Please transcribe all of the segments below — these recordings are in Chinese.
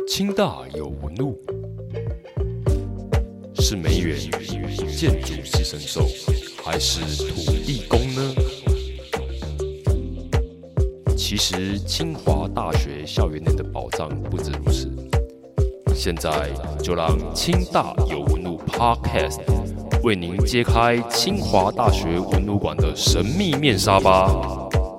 清大有纹路，是梅园建筑系神兽，还是土地公呢？其实清华大学校园内的宝藏不止如此。现在就让清大有纹路 Podcast 为您揭开清华大学文路馆的神秘面纱吧。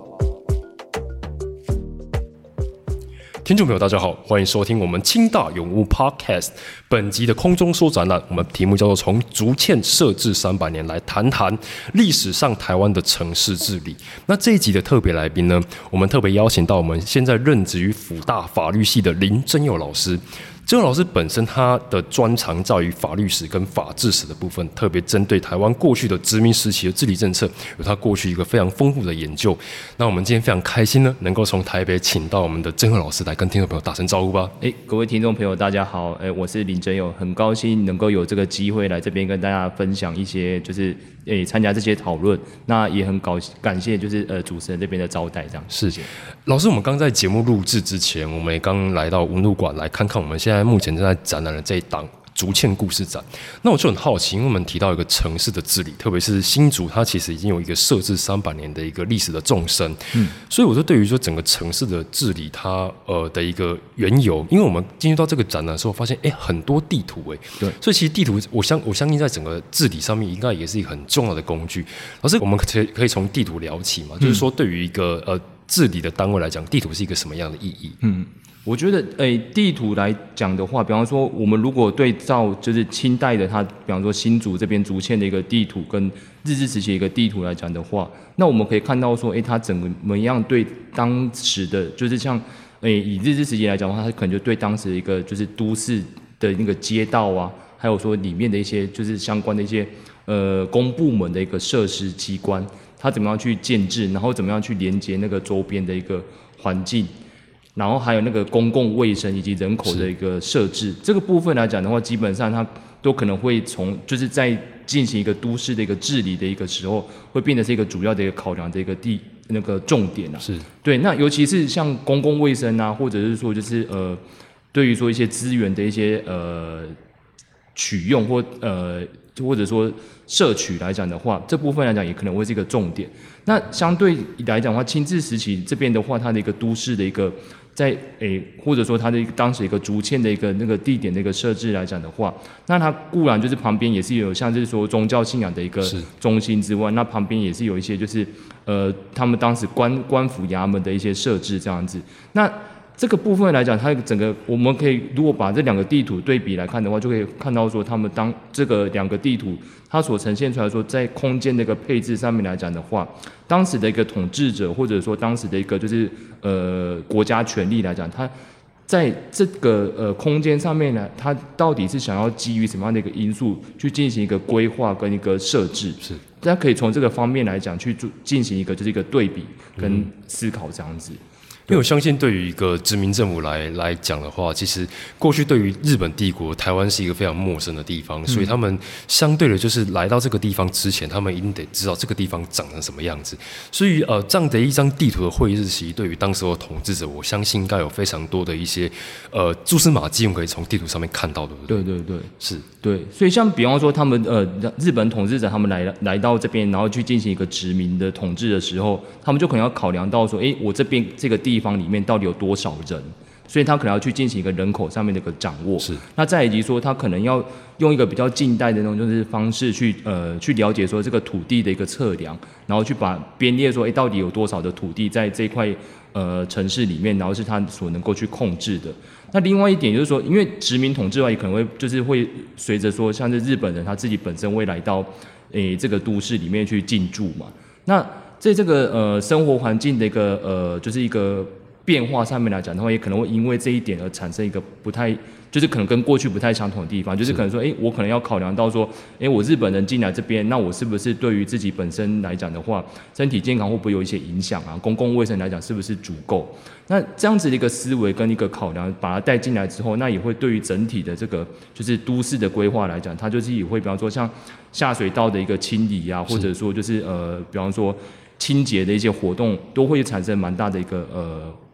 听众朋友大家好，欢迎收听我们清大有纹路 Podcast 本集的空中说展览，我们题目叫做从竹堑设置300年来谈谈历史上台湾的城市治理。那这一集的特别来宾呢，我们特别邀请到我们现在任职于辅大法律系的林真佑老师。真佑老师本身他的专长在于法律史跟法治史的部分，特别针对台湾过去的殖民时期的治理政策，有他过去一个非常丰富的研究。那我们今天非常开心呢，能够从台北请到我们的真佑老师来跟听众朋友打声招呼吧。 各位听众朋友大家好，我是林真佑，很高兴能够有这个机会来这边跟大家分享一些就是参加这些讨论，那也很感谢就是主持人这边的招待，这样。 是，老师，我们刚在节目录制之前，我们也刚来到文路馆来看看我们现在目前正在展览的这一档竹堑故事展。那我就很好奇，因为我们提到一个城市的治理，特别是新竹，它其实已经有一个设置300年的一个历史的纵深，所以我就对于说整个城市的治理它的一个缘由，因为我们进入到这个展览的时候，发现很多地图对，所以其实地图我相信在整个治理上面应该也是一个很重要的工具。老师，我们可以从地图聊起嘛？就是说对于一个治理的单位来讲，地图是一个什么样的意义？ 我觉得地图来讲的话，比方说我们如果对照就是清代的它，比方说新竹这边竹堑的一个地图跟日治时期的一个地图来讲的话，那我们可以看到说它怎么样对当时的就是像以日治时期来讲的话，它可能就对当时的一个就是都市的那个街道啊，还有说里面的一些就是相关的一些公部门的一个设施机关，它怎么样去建制，然后怎么样去连接那个周边的一个环境，然后还有那个公共卫生以及人口的一个设置，这个部分来讲的话，基本上它都可能会从就是在进行一个都市的一个治理的一个时候，会变得是一个主要的一个考量的一个那个重点啊。 是对，那尤其是像公共卫生啊，或者是说就是对于说一些资源的一些取用或者说摄取来讲的话，这部分来讲也可能会是一个重点。那相对来讲的话，清治时期这边的话，它的一个都市的一个在或者说它的一个当时一个竹堑的一个那个地点的一个设置来讲的话，那它固然就是旁边也是有像是说宗教信仰的一个中心之外，那旁边也是有一些就是他们当时官府衙门的一些设置这样子。那这个部分来讲，它整个我们可以如果把这两个地图对比来看的话，就可以看到说他们当这个两个地图它所呈现出来说，在空间的一个配置上面来讲的话，当时的一个统治者或者说当时的一个就是国家权力来讲，它在这个空间上面呢，它到底是想要基于什么样的一个因素去进行一个规划跟一个设置？是，大家可以从这个方面来讲去进行一个就是一个对比跟思考这样子。 因为我相信对于一个殖民政府来讲的话，其实过去对于日本帝国，台湾是一个非常陌生的地方，所以他们相对的就是来到这个地方之前，他们一定得知道这个地方长成什么样子。所以这样的一张地图的会议日期，对于当时的统治者，我相信应该有非常多的一些蛛丝马迹，我们可以从地图上面看到，对不对？ 对， 是， 对。所以像比方说他们日本统治者他们来到这边，然后去进行一个殖民的统治的时候，他们就可能要考量到说，我这边这个地方里面到底有多少人，所以他可能要去进行一个人口上面的一个掌握。是，那再以及说他可能要用一个比较近代的那种就是方式去了解说这个土地的一个测量，然后去把编列说到底有多少的土地在这一块城市里面，然后是他所能够去控制的。那另外一点就是说，因为殖民统治外也可能会就是会随着说像是日本人他自己本身会来到这个都市里面去进驻嘛，那在这个生活环境的一个就是一个变化上面来讲的话，也可能会因为这一点而产生一个不太就是可能跟过去不太相同的地方，就是可能说我可能要考量到说我日本人进来这边，那我是不是对于自己本身来讲的话，身体健康会不会有一些影响啊？公共卫生来讲是不是足够？那这样子的一个思维跟一个考量把它带进来之后，那也会对于整体的这个就是都市的规划来讲，它就是也会比方说像下水道的一个清理啊，或者说就是比方说清洁的一些活动，都会产生蛮大的一个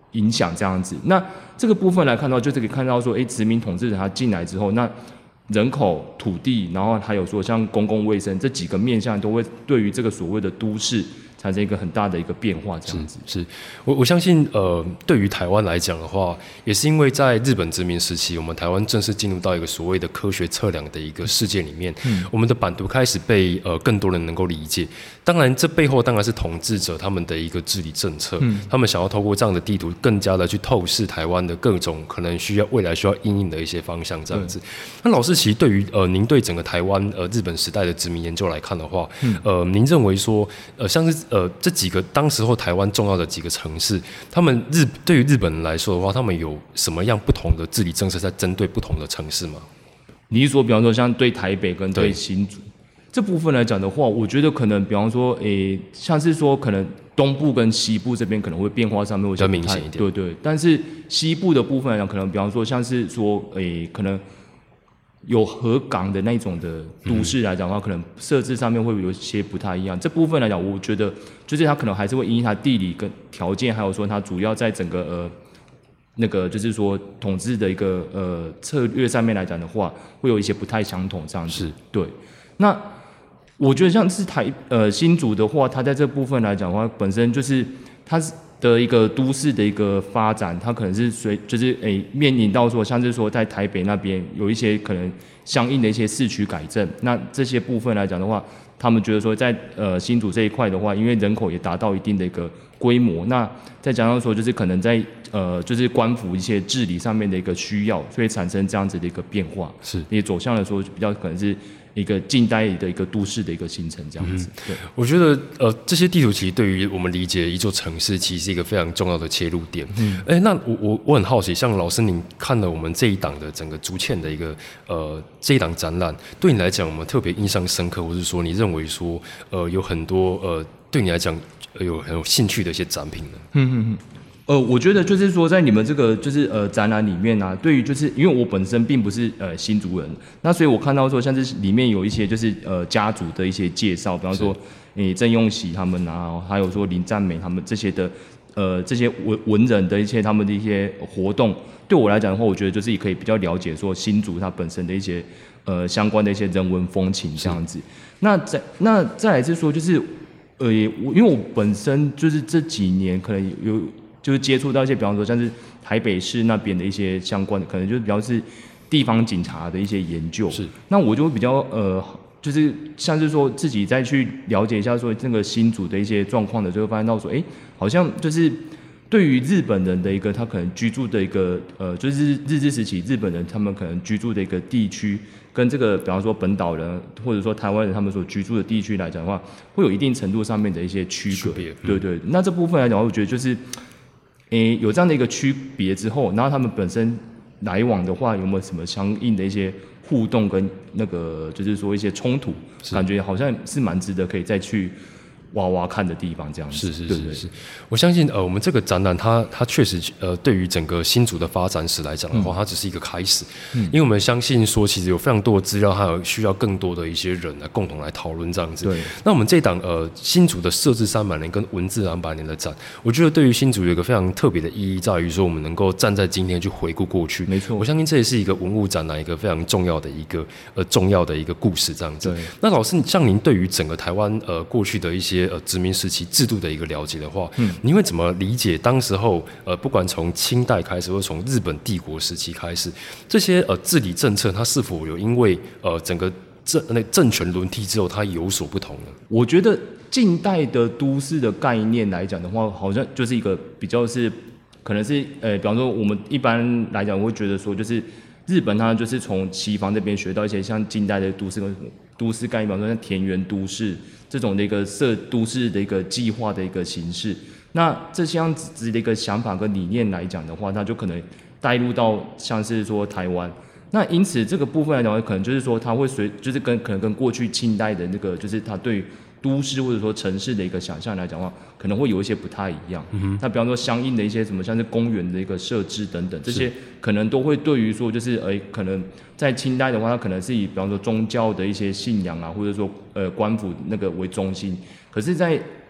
影响这样子。那这个部分来看到，就是可以看到说，殖民统治者他进来之后，那人口、土地，然后还有说像公共卫生这几个面向，都会对于这个所谓的都市产生一个很大的一个变化，这样子。 是我相信，对于台湾来讲的话，也是因为在日本殖民时期，我们台湾正式进入到一个所谓的科学测量的一个世界里面，我们的版图开始被更多人能够理解。当然，这背后当然是统治者他们的一个治理政策，他们想要透过这样的地图，更加的去透视台湾的各种可能未来需要因应的一些方向，这样子。那老师其实对于您对整个台湾日本时代的殖民研究来看的话，您认为说像是这几个当时候台湾重要的几个城市，他们对于日本人来说的话，他们有什么样不同的治理政策在针对不同的城市吗？ 你是说，比方说像对台北跟对新竹这部分来讲的话，我觉得可能比方说，像是说可能东部跟西部这边可能会变化上面会比较明显一点， 对。但是西部的部分来讲，可能比方说像是说，可能有河港的那种的都市来讲的话，可能设置上面会有一些不太一样。这部分来讲，我觉得就是它可能还是会因它地理跟条件，还有说它主要在整个那个就是说统治的一个策略上面来讲的话，会有一些不太相同这样子。 是， 对。那我觉得像是新竹的话，它在这部分来讲的话，本身就是它的一个都市的一个发展，它可能是面临到说，像是说在台北那边有一些可能相应的一些市区改正，那这些部分来讲的话，他们觉得说在新竹这一块的话，因为人口也达到一定的一个规模，那再加上说就是可能在就是官府一些治理上面的一个需要，所以产生这样子的一个变化， 是也走向了说比较可能是一个近代的一个都市的一个形成这样子。对， 我觉得这些地图其实对于我们理解一座城市，其实是一个非常重要的切入点。那我很好奇，像老师您看了我们这一档的整个竹堑的一个这一档展览，对你来讲，我们特别印象深刻，或是说你认为说有很多对你来讲很有兴趣的一些展品呢？ 我觉得就是说，在你们这个就是展览里面啊，对于就是因为我本身并不是新竹人，那所以我看到说像是里面有一些就是家族的一些介绍，比方说郑用喜他们啊，还有说林赞美他们这些的这些文人的一些他们的一些活动，对我来讲的话，我觉得就是也可以比较了解说新竹它本身的一些相关的一些人文风情这样子。那再来是说就是因为我本身就是这几年可能有。就是接触到一些，比方说像是台北市那边的一些相关的，可能就是比较是地方警察的一些研究。 是， 那我就会比较就是像是说自己再去了解一下说这个新竹的一些状况的，就会发现到说，好像就是对于日本人的一个他可能居住的一个就是日治时期日本人他们可能居住的一个地区，跟这个比方说本岛人或者说台湾人他们所居住的地区来讲的话，会有一定程度上面的一些区隔。对，那这部分来讲，我觉得就是。有这样的一个区别之后，然后他们本身来往的话，有没有什么相应的一些互动跟那个，就是说一些冲突，感觉好像是蛮值得可以再去挖挖看的地方，这样子。 是，我相信我们这个展览它确实对于整个新竹的发展史来讲的话，它只是一个开始，因为我们相信说其实有非常多的资料，还有需要更多的一些人来共同来讨论这样子。 对， 那我们这档新竹的设置300年跟文字200年的展，我觉得对于新竹有一个非常特别的意义，在于说我们能够站在今天去回顾过去。 没错， 我相信这也是一个文物展览一个非常重要的一个重要的一个故事这样子。 对， 那老师像您对于整个台湾过去的一些殖民时期制度的一个了解的话，你会怎么理解当时候不管从清代开始，或从日本帝国时期开始，这些治理政策它是否有因为整个政权轮替之后它有所不同呢？ 我觉得近代的都市的概念来讲的话，好像就是一个比较是可能是比方说我们一般来讲会觉得说，就是日本它就是从西方这边学到一些像近代的都市概念，比方说像田园都市这种的一个都市的一个计划的一个形式。那这样子的一个想法跟理念来讲的话，它就可能带入到像是说台湾。那因此这个部分来讲，可能就是说它会就是可能跟过去清代的那个，就是它对都市或者说城市的一个想象来讲的话，可能会有一些不太一样。那比方说相应的一些什么，像是公园的一个设置等等，这些可能都会对于说就是可能在清代的话，它可能是以比方说宗教的一些信仰啊，或者说官府那个为中心。可是，在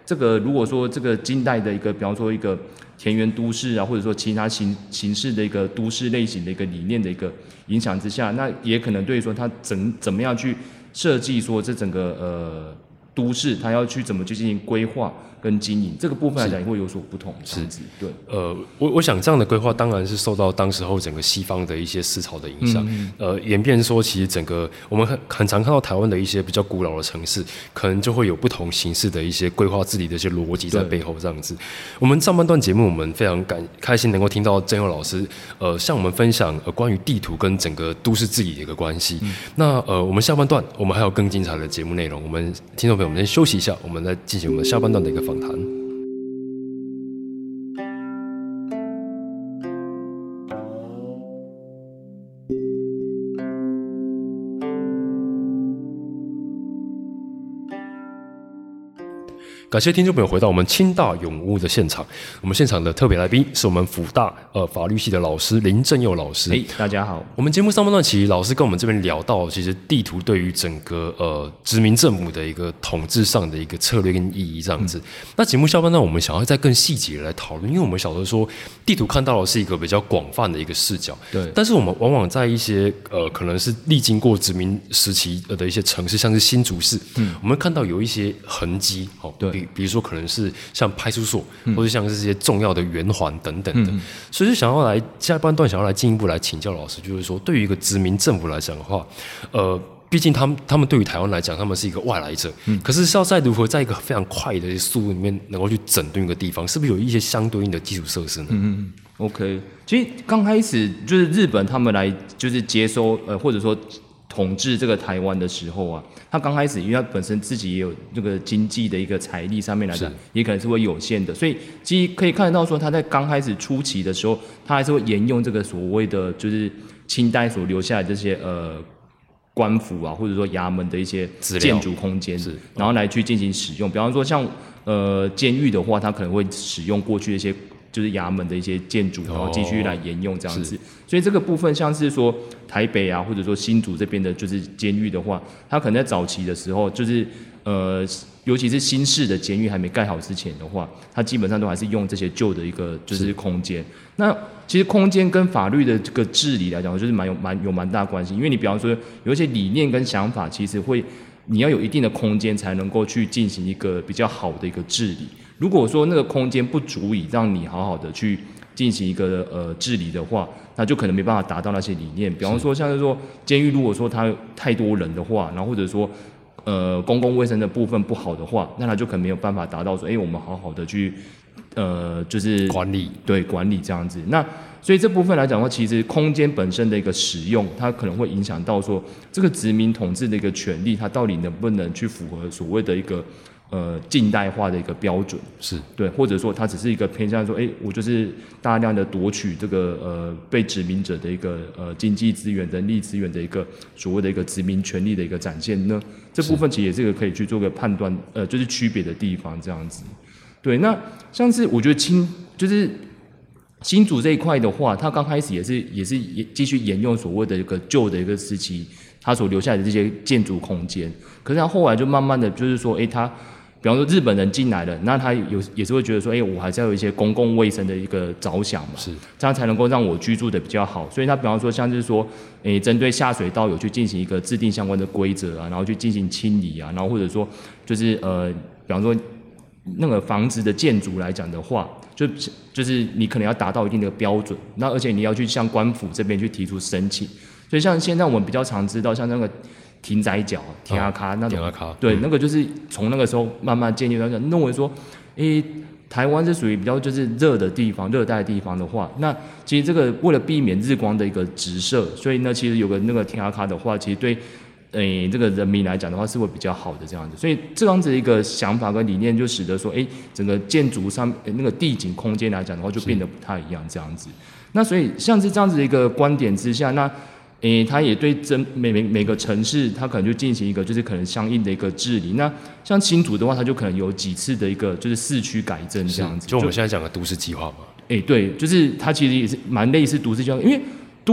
这个如果说这个近代的一个，比方说一个田园都市啊，或者说其他形式的一个都市类型的一个理念的一个影响之下，那也可能对说它怎么样去设计说这整个都市，它要去怎么去进行规划跟经营，这个部分来讲也会有所不同。是，对。 我想这样的规划当然是受到当时候整个西方的一些思潮的影响。演变说，其实整个我们很常看到台湾的一些比较古老的城市，可能就会有不同形式的一些规划治理的一些逻辑在背后这样子。我们上半段节目，我们非常开心能够听到振佑老师向我们分享关于地图跟整个都市治理的一个关系。那我们下半段我们还有更精彩的节目内容，我们听众朋友们先休息一下，我们再进行我们下半段的一个访谈。感谢听众朋友回到我们清大永屋的现场。我们现场的特别来宾是我们辅大法律系的老师林振佑老师。 大家好。我们节目上半段其实老师跟我们这边聊到，其实地图对于整个殖民政府的一个统治上的一个策略跟意义这样子。那节目下半段我们想要再更细节的来讨论，因为我们晓得说地图看到的是一个比较广泛的一个视角，对。但是我们往往在一些可能是历经过殖民时期的一些城市，像是新竹市，我们看到有一些痕迹，对。比如说可能是像派出所，或者像是这些重要的圆环等等的，所以就想要来下半段想要来进一步来请教老师，就是说对于一个殖民政府来讲的话，毕竟他们对于台湾来讲，他们是一个外来者，可是要在如何在一个非常快的速度里面能够去整顿一个地方，是不是有一些相对应的基础设施呢 ？OK， 其实刚开始就是日本他们来就是接收或者说统治这个台湾的时候啊，他刚开始因为他本身自己也有这个经济的一个财力上面来讲，也可能是会有限的，所以其实可以看得到说他在刚开始初期的时候，他还是会沿用这个所谓的就是清代所留下来这些官府啊，或者说衙门的一些建筑空间，然后来去进行使用。比方说像监狱的话，他可能会使用过去的一些就是衙门的一些建筑，然后继续来沿用这样子。所以这个部分像是说台北啊，或者说新竹这边的就是监狱的话，它可能在早期的时候，就是尤其是新式的监狱还没盖好之前的话，它基本上都还是用这些旧的一个就是空间。那其实空间跟法律的这个治理来讲，就是蛮大关系，因为你比方说有一些理念跟想法，其实你要有一定的空间才能够去进行一个比较好的一个治理。如果说那个空间不足以让你好好的去进行一个治理的话，那就可能没办法达到那些理念。比方说像是说监狱如果说它太多人的话，然后或者说公共卫生的部分不好的话，那它就可能没有办法达到说我们好好的去就是管理这样子。那所以这部分来讲的话，其实空间本身的一个使用，它可能会影响到说这个殖民统治的一个权利，它到底能不能去符合所谓的一个近代化的一个标准，对，或者说它只是一个偏向说，我就是大量的夺取这个被殖民者的一个经济资源、人力资源的一个所谓的一个殖民权利的一个展现呢？这部分其实也是个可以去做个判断，就是区别的地方这样子。对，那像是我觉得就是新竹这一块的话，它刚开始也是继续沿用所谓的一个旧的一个时期，它所留下来的这些建筑空间，可是它后来就慢慢的就是说，它比方说日本人进来了，那他也是会觉得说，我还是要有一些公共卫生的一个着想嘛，这样才能够让我居住的比较好。所以他比方说像是说，针对下水道有去进行一个制定相关的规则啊，然后去进行清理啊，然后或者说就是比方说那个房子的建筑来讲的话，就是你可能要达到一定的标准，那而且你要去向官府这边去提出申请。所以像现在我们比较常知道，像那个亭仔脚、天涯卡那种，对，那个就是从那个时候慢慢建立到认为说，台湾是属于比较就是热的地方、热带的地方的话，那其实这个为了避免日光的一个直射，所以呢，其实有个那个天涯卡的话，其实对这个人民来讲的话是会比较好的这样子。所以这样子的一个想法跟理念，就使得说，整个建筑上那个地景空间来讲的话，就变得不太一样这样子。那所以像是这样子的一个观点之下，那它也对每个城市，它可能就进行一个就是可能相应的一个治理。那像新竹的话，它就可能有几次的一个就是市区改正这样子。就我们现在讲的都市计划嘛。 对，就是它其实也是蛮类似都市计划，因为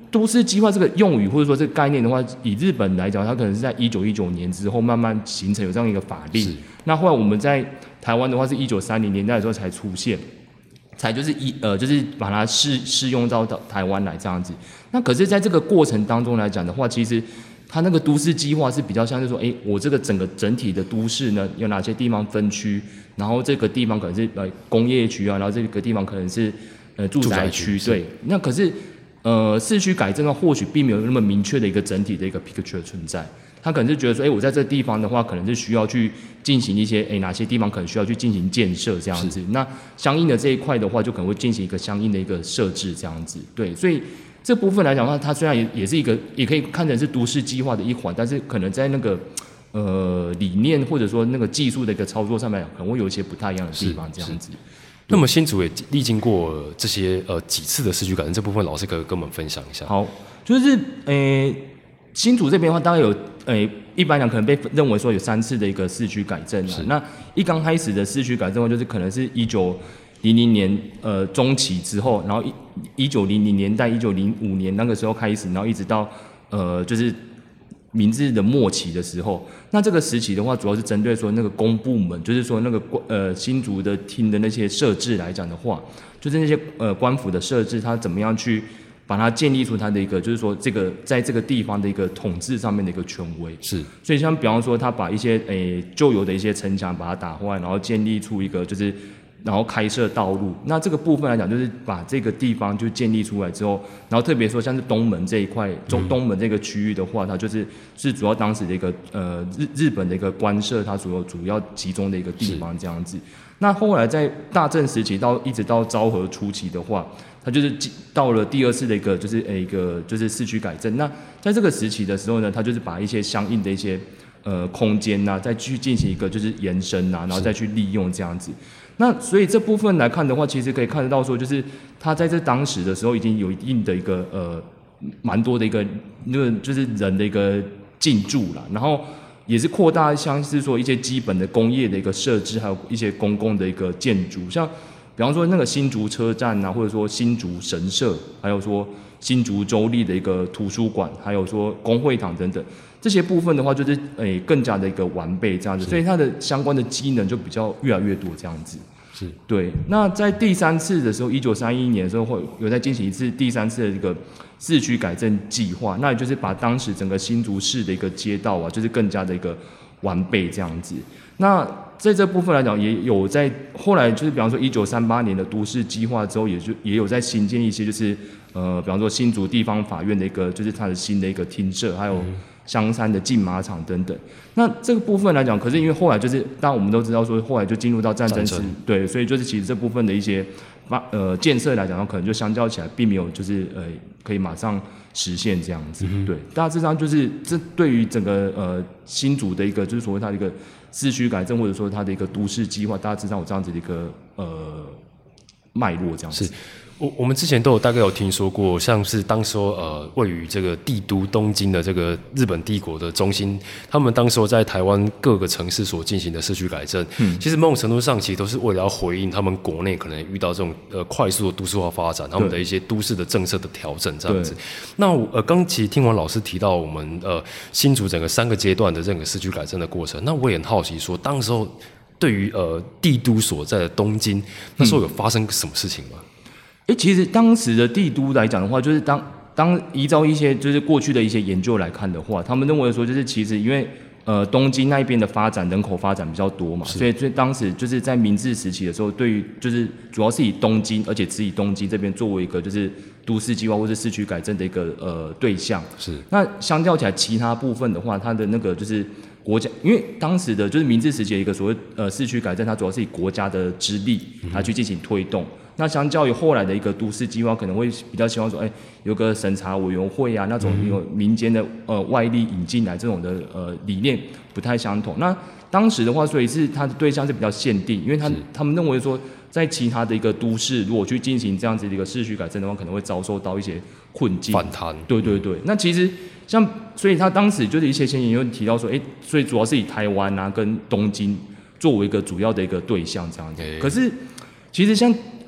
都市计划这个用语或者说这个概念的话，以日本来讲，它可能是在1919年之后慢慢形成有这样一个法令。那后来我们在台湾的话是1930年代的时候才出现，才就是就是把它适用到台湾来这样子。那可是在这个过程当中来讲的话，其实它那个都市计划是比较像是说，我这个整体的都市呢，有哪些地方分区，然后这个地方可能是工业区啊，然后这个地方可能是住宅区，对。那可是市区改正的话，或许并没有那么明确的一个整体的一个 picture 存在。他可能是觉得说，我在这个地方的话，可能是需要去进行一些，哪些地方可能需要去进行建设这样子。那相应的这一块的话，就可能会进行一个相应的一个设置这样子。对，所以这部分来讲的话，它虽然也是一个，也可以看成是都市计划的一环，但是可能在那个理念或者说那个技术的一个操作上面，可能会有一些不太一样的地方这样子。 那么新竹也历经过这些几次的市区改正，这部分老师可以跟我们分享一下。 好，就是新竹这边的话，大概有一般讲可能被认为说有3次的一个市区改正啊。那一刚开始的市区改正的话，就是可能是1900年中期之后，然后1900年代1905年那个时候开始，然后一直到就是明治的末期的时候，那这个时期的话，主要是针对说那个公部门，就是说那个新竹的厅的那些设置来讲的话，就是那些官府的设置，它怎么样去把它建立出它的一个，就是说这个在这个地方的一个统治上面的一个权威。 是， 所以像比方说，他把一些旧有的一些城墙把它打坏，然后建立出一个就是然后开设道路。那这个部分来讲，就是把这个地方就建立出来之后，然后特别说像是东门这一块，东门这个区域的话，它是主要当时的一个日本的一个官舍，它主要集中的一个地方这样子。那后来在大正时期一直到昭和初期的话，它就是到了第2次的一个就是市区改正。那在这个时期的时候呢，它就是把一些相应的一些空间啊，再去进行一个就是延伸啊，然后再去利用这样子。那所以这部分来看的话，其实可以看得到说，就是它在这当时的时候已经有一定的一个蛮多的一个那个就是人的一个进驻了，然后也是扩大像是说一些基本的工业的一个设置，还有一些公共的一个建筑，像比方说那个新竹车站啊，或者说新竹神社，还有说新竹州立的一个图书馆，还有说公会堂等等。这些部分的话，就是更加的一个完备这样子，所以它的相关的机能就比较越来越多这样子。 是，对。 那在第3次的时候，1931年的时候，会有在进行一次第3次的这个市区改正计划，那也就是把当时整个新竹市的一个街道啊，就是更加的一个完备这样子。那在这部分来讲，也有在后来就是比方说1938年的都市计划之后，也有在新建一些就是比方说新竹地方法院的一个就是它的新的一个厅舍，还有香山的竞马场等等。那这个部分来讲，可是因为后来就是当然我们都知道说后来就进入到战争时，对，所以就是其实这部分的一些建设来讲，可能就相较起来并没有就是可以马上实现这样子。对，大致上就是这对于整个新竹的一个就是所谓它的一个市区改正，或者说它的一个都市计划，大致上有这样子的一个脉络这样子。 是。我们之前都有大概有听说过，像是当时位于这个帝都东京的这个日本帝国的中心，他们当时在台湾各个城市所进行的市区改正，其实某种程度上其实都是为了要回应他们国内可能遇到这种快速的都市化发展，他们的一些都市的政策的调整这样子。那刚其实听完老师提到我们新竹整个3个阶段的这个市区改正的过程，那我也很好奇说，当时候对于帝都所在的东京，那时候有发生什么事情吗？ 其实当时的帝都来讲的话，就是当依照一些就是过去的一些研究来看的话，他们认为说就是其实因为东京那边的发展人口发展比较多嘛，所以当时就是在明治时期的时候，对于就是主要是以东京，而且只以东京这边作为一个就是都市计划或是市区改正的一个对象。是。那相较起来，其他部分的话，它的那个就是国家，因为当时的就是明治时期的一个所谓市区改正，它主要是以国家的之力来去进行推动。那相较于后来的一个都市计划，可能会比较希望说，有个审查委员会啊，那种有民间的外力引进来这种的理念不太相同。那当时的话，所以是它的对象是比较限定，因为他们认为说，在其他的一个都市，如果去进行这样子的一个市区改正的话，可能会遭受到一些困境反弹。对对对，那其实所以他当时就是一些先研究提到说，所以主要是以台湾啊跟东京作为一个主要的一个对象这样子。可是其实像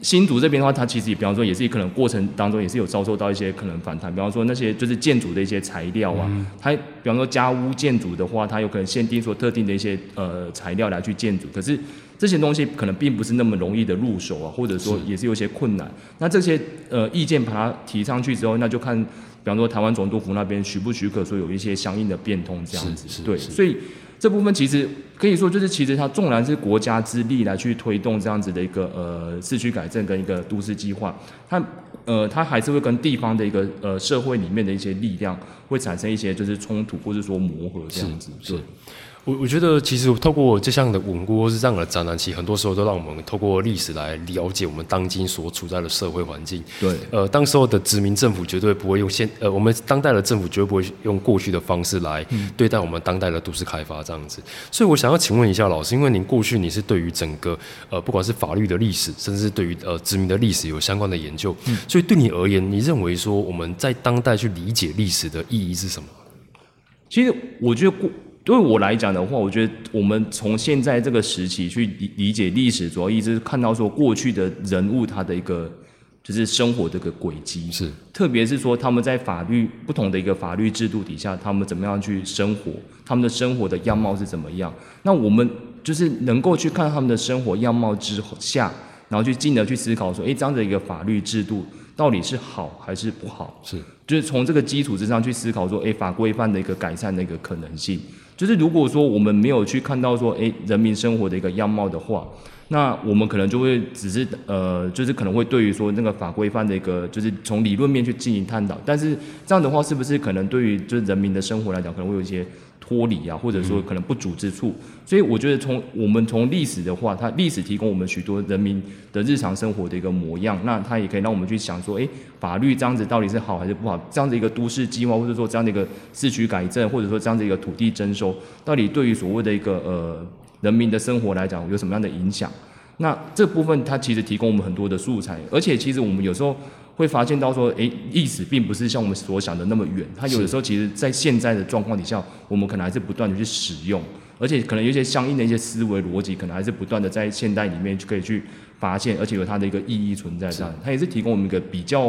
新竹这边的话，它其实比方说也是可能过程当中也是有遭受到一些可能反弹，比方说那些就是建筑的一些材料啊，它比方说家屋建筑的话，它有可能限定说特定的一些材料来去建筑，可是这些东西可能并不是那么容易的入手啊，或者说也是有些困难。那这些意见把它提上去之后，那就看比方说台湾总督府那边许不许可说有一些相应的变通这样子，对，所以这部分其实可以说就是其实它纵然是国家之力来去推动这样子的一个市区改正跟一个都市计划，它还是会跟地方的一个社会里面的一些力量会产生一些就是冲突或者说磨合这样子，对。 我觉得其实透过这项的稳固或是这样的展览，其实很多时候都让我们透过历史来了解我们当今所处在的社会环境。 对， 当时候的殖民政府绝对不会用我们当代的政府绝对不会用过去的方式来对待我们当代的都市开发这样子。所以我想要请问一下老师，因为您过去你是对于整个不管是法律的历史，甚至是对于殖民的历史有相关的研究，所以对你而言，你认为说我们在当代去理解历史的意义是什么？ 其实我觉得对我来讲的话，我觉得我们从现在这个时期去理解历史，主要意思是看到说过去的人物他的一个就是生活的一个轨迹， 是， 特别是说他们在不同的一个法律制度底下，他们怎么样去生活，他们的生活的样貌是怎么样。那我们就是能够去看他们的生活样貌之下，然后去进而去思考说，这样的一个法律制度到底是好还是不好？是，就是从这个基础之上去思考说，法规范的一个改善的一个可能性。就是如果说我们没有去看到说，人民生活的一个样貌的话，那我们可能就会只是就是可能会对于说那个法规范的一个，就是从理论面去进行探讨。但是这样的话，是不是可能对于就是人民的生活来讲，可能会有一些脱离啊，或者说可能不足之处？所以我觉得我们从历史的话，它历史提供我们许多人民的日常生活的一个模样，那它也可以让我们去想说，法律这样子到底是好还是不好？这样的一个都市计划，或者说这样的一个市区改正，或者说这样的一个土地征收，到底对于所谓的一个人民的生活来讲有什么样的影响？那这部分它其实提供我们很多的素材，而且其实我们有时候会发现到说，历史并不是像我们所想的那么远，它有的时候其实在现在的状况底下，我们可能还是不断的去使用，而且可能有一些相应的一些思维逻辑，可能还是不断的在现代里面可以去发现，而且有它的一个意义存在上，它也是提供我们一个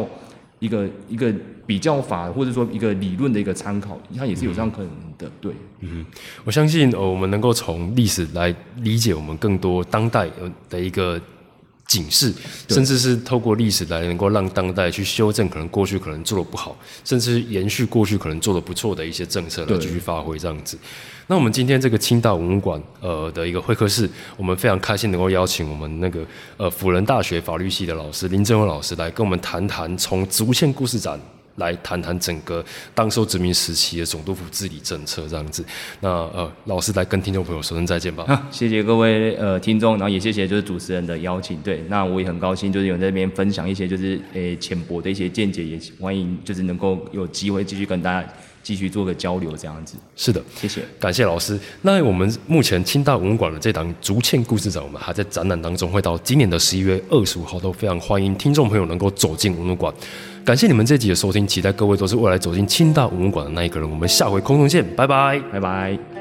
比较法，或者说一个理论的一个参考，它也是有这样可能的，对。 我相信我们能够从历史来理解我们更多当代的一个警示，甚至是透过历史来能够让当代去修正可能过去可能做得不好，甚至延续过去可能做得不错的一些政策来继续发挥这样子。那我们今天这个清大文物馆的一个会客室，我们非常开心能够邀请我们那个辅仁大学法律系的老师林正文老师来跟我们谈谈从竹堑故事展来谈谈整个当时候殖民时期的总督府治理政策这样子。那老师来跟听众朋友说声再见吧。 谢谢各位听众，然后也谢谢就是主持人的邀请。对，那我也很高兴就是有在这边分享一些就是浅薄的一些见解，也欢迎就是能够有机会继续跟大家继续做个交流这样子。 是的， 谢谢， 感谢老师。那我们目前清大文物馆的这档竹堑故事展，我们还在展览当中，会到今年的11月25号，都非常欢迎听众朋友能够走进文物馆。感谢你们这集的收听，期待各位都是未来走进清大文物馆的那一个人。我们下回空中见，拜拜， 拜拜。